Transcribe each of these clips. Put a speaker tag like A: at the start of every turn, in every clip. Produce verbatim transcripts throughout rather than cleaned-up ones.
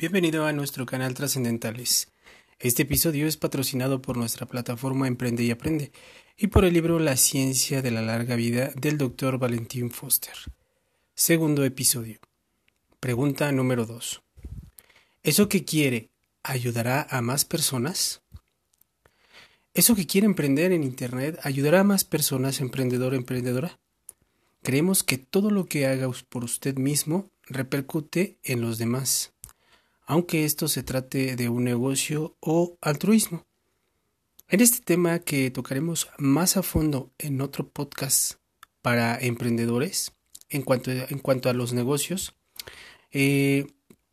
A: Bienvenido a nuestro canal Trascendentales. Este episodio es patrocinado por nuestra plataforma Emprende y Aprende y por el libro La ciencia de la larga vida del doctor Valentín Foster. Segundo episodio. Pregunta número dos. ¿Eso que quiere ayudará a más personas? ¿Eso que quiere emprender en Internet ayudará a más personas, emprendedor o emprendedora? Creemos que todo lo que haga por usted mismo repercute en los demás, aunque esto se trate de un negocio o altruismo. En este tema que tocaremos más a fondo en otro podcast para emprendedores, en cuanto, en cuanto a los negocios, eh,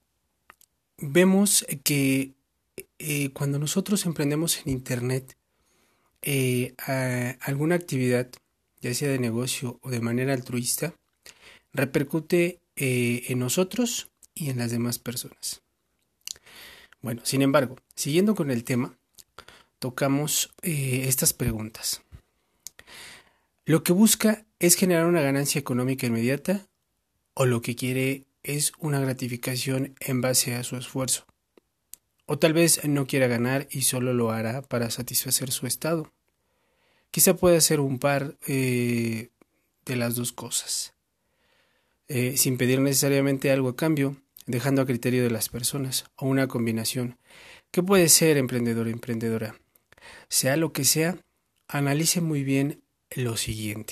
A: vemos que eh, cuando nosotros emprendemos en Internet eh, alguna actividad, ya sea de negocio o de manera altruista, repercute eh, en nosotros y en las demás personas. Bueno, sin embargo, siguiendo con el tema, tocamos eh, estas preguntas. ¿Lo que busca es generar una ganancia económica inmediata o lo que quiere es una gratificación en base a su esfuerzo? O tal vez no quiera ganar y solo lo hará para satisfacer su estado. Quizá pueda ser un par eh, de las dos cosas, eh, sin pedir necesariamente algo a cambio, dejando a criterio de las personas, o una combinación. ¿Qué puede ser, emprendedor o emprendedora? Sea lo que sea, analice muy bien lo siguiente.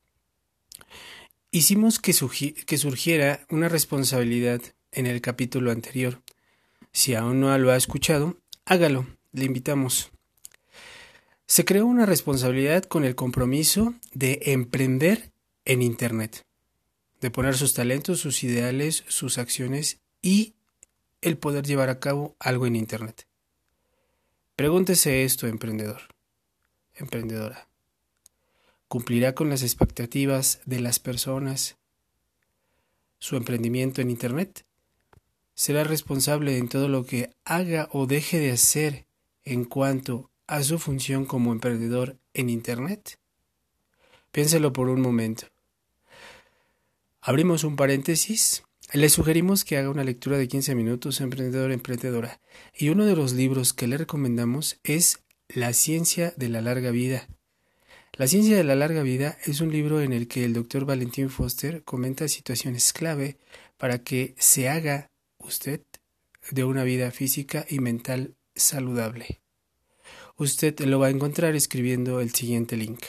A: Hicimos que, que surgiera una responsabilidad en el capítulo anterior. Si aún no lo ha escuchado, hágalo, le invitamos. Se creó una responsabilidad con el compromiso de emprender en Internet, de poner sus talentos, sus ideales, sus acciones y el poder llevar a cabo algo en Internet. Pregúntese esto, emprendedor, emprendedora. ¿Cumplirá con las expectativas de las personas su emprendimiento en Internet? ¿Será responsable en todo lo que haga o deje de hacer en cuanto a su función como emprendedor en Internet? Piénselo por un momento. Abrimos un paréntesis. Le sugerimos que haga una lectura de quince minutos, emprendedor, emprendedora. Y uno de los libros que le recomendamos es La ciencia de la larga vida. La ciencia de la larga vida es un libro en el que el doctor Valentín Foster comenta situaciones clave para que se haga usted de una vida física y mental saludable. Usted lo va a encontrar escribiendo el siguiente link.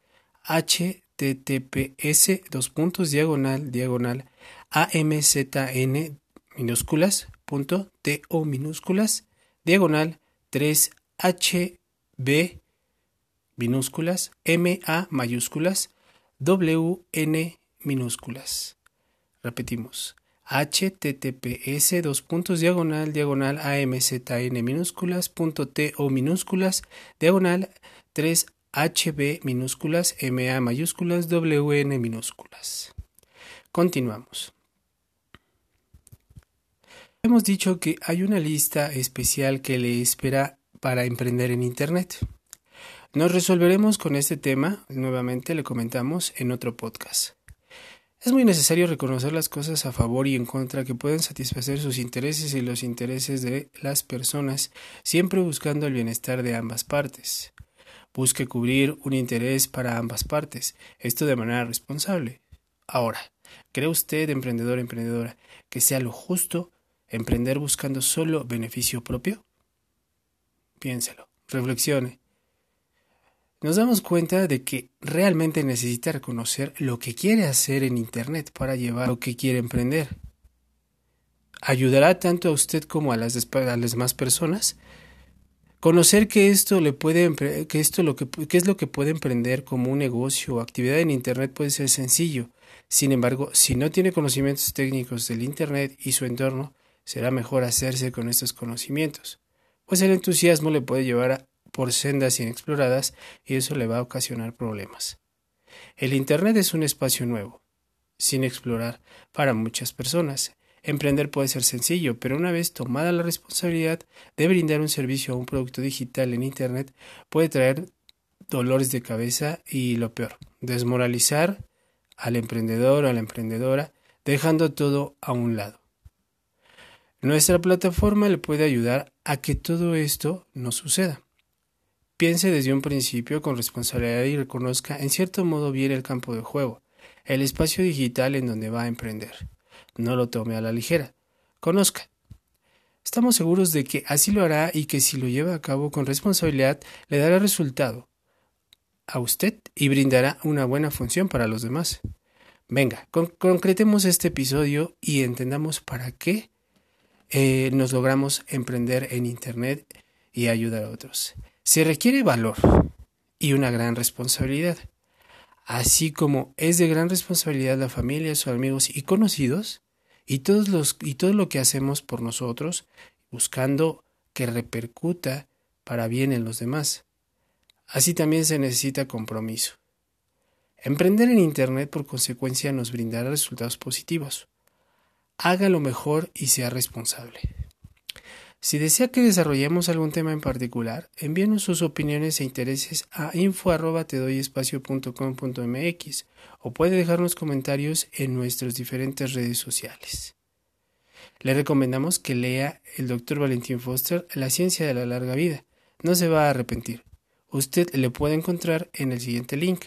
A: https dos puntos diagonal diagonal amzn minúsculas punto to minúsculas diagonal tres hb minúsculas ma mayúsculas wn minúsculas. Repetimos. https dos puntos diagonal diagonal amzn minúsculas punto to minúsculas diagonal tres hb minúsculas ma mayúsculas wn minúsculas. Continuamos. Hemos dicho que hay una lista especial que le espera para emprender en Internet. Nos resolveremos con este tema, nuevamente le comentamos en otro podcast. Es muy necesario reconocer las cosas a favor y en contra que pueden satisfacer sus intereses y los intereses de las personas, siempre buscando el bienestar de ambas partes. Busque cubrir un interés para ambas partes, esto de manera responsable. Ahora, ¿cree usted, emprendedor o emprendedora, que sea lo justo emprender buscando solo beneficio propio? Piénselo, reflexione. Nos damos cuenta de que realmente necesita reconocer lo que quiere hacer en Internet para llevar lo que quiere emprender. ¿Ayudará tanto a usted como a las, a las demás personas? Conocer que esto le puede que esto lo que, que es lo que puede emprender como un negocio o actividad en Internet puede ser sencillo. Sin embargo, si no tiene conocimientos técnicos del Internet y su entorno, será mejor hacerse con estos conocimientos, pues el entusiasmo le puede llevar a por sendas inexploradas y eso le va a ocasionar problemas. El Internet es un espacio nuevo, sin explorar, para muchas personas. Emprender puede ser sencillo, pero una vez tomada la responsabilidad de brindar un servicio o un producto digital en Internet, puede traer dolores de cabeza y, lo peor, desmoralizar al emprendedor o a la emprendedora, dejando todo a un lado. Nuestra plataforma le puede ayudar a que todo esto no suceda. Piense desde un principio con responsabilidad y reconozca en cierto modo bien el campo de juego, el espacio digital en donde va a emprender. No lo tome a la ligera. Conozca. Estamos seguros de que así lo hará y que si lo lleva a cabo con responsabilidad le dará resultado a usted y brindará una buena función para los demás. Venga, con- concretemos este episodio y entendamos para qué eh, nos logramos emprender en Internet y ayudar a otros. Se requiere valor y una gran responsabilidad. Así como es de gran responsabilidad la familia, sus amigos y conocidos, y, todos los, y todo lo que hacemos por nosotros, buscando que repercuta para bien en los demás. Así también se necesita compromiso. Emprender en Internet por consecuencia nos brindará resultados positivos. Haga lo mejor y sea responsable. Si desea que desarrollemos algún tema en particular, envíenos sus opiniones e intereses a info arroba te doy espacio punto com punto mx o puede dejarnos comentarios en nuestras diferentes redes sociales. Le recomendamos que lea el doctor Valentín Foster La ciencia de la larga vida. No se va a arrepentir. Usted le puede encontrar en el siguiente link: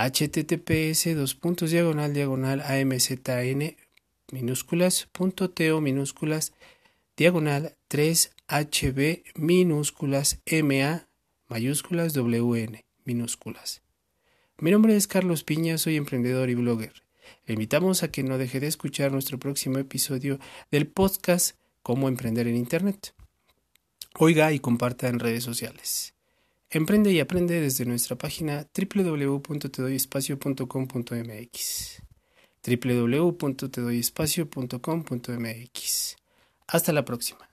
A: https dos puntos diagonal diagonal amzn minúsculas punto to minúsculas diagonal tres hb minúsculas ma mayúsculas wn minúsculas. Mi nombre es Carlos Piña, soy emprendedor y blogger. Le invitamos a que no deje de escuchar nuestro próximo episodio del podcast Cómo emprender en Internet. Oiga y comparta en redes sociales. Emprende y aprende desde nuestra página doble u doble u doble u punto te doy espacio punto com punto mx. doble u doble u doble u punto te doy espacio punto com punto mx. Hasta la próxima.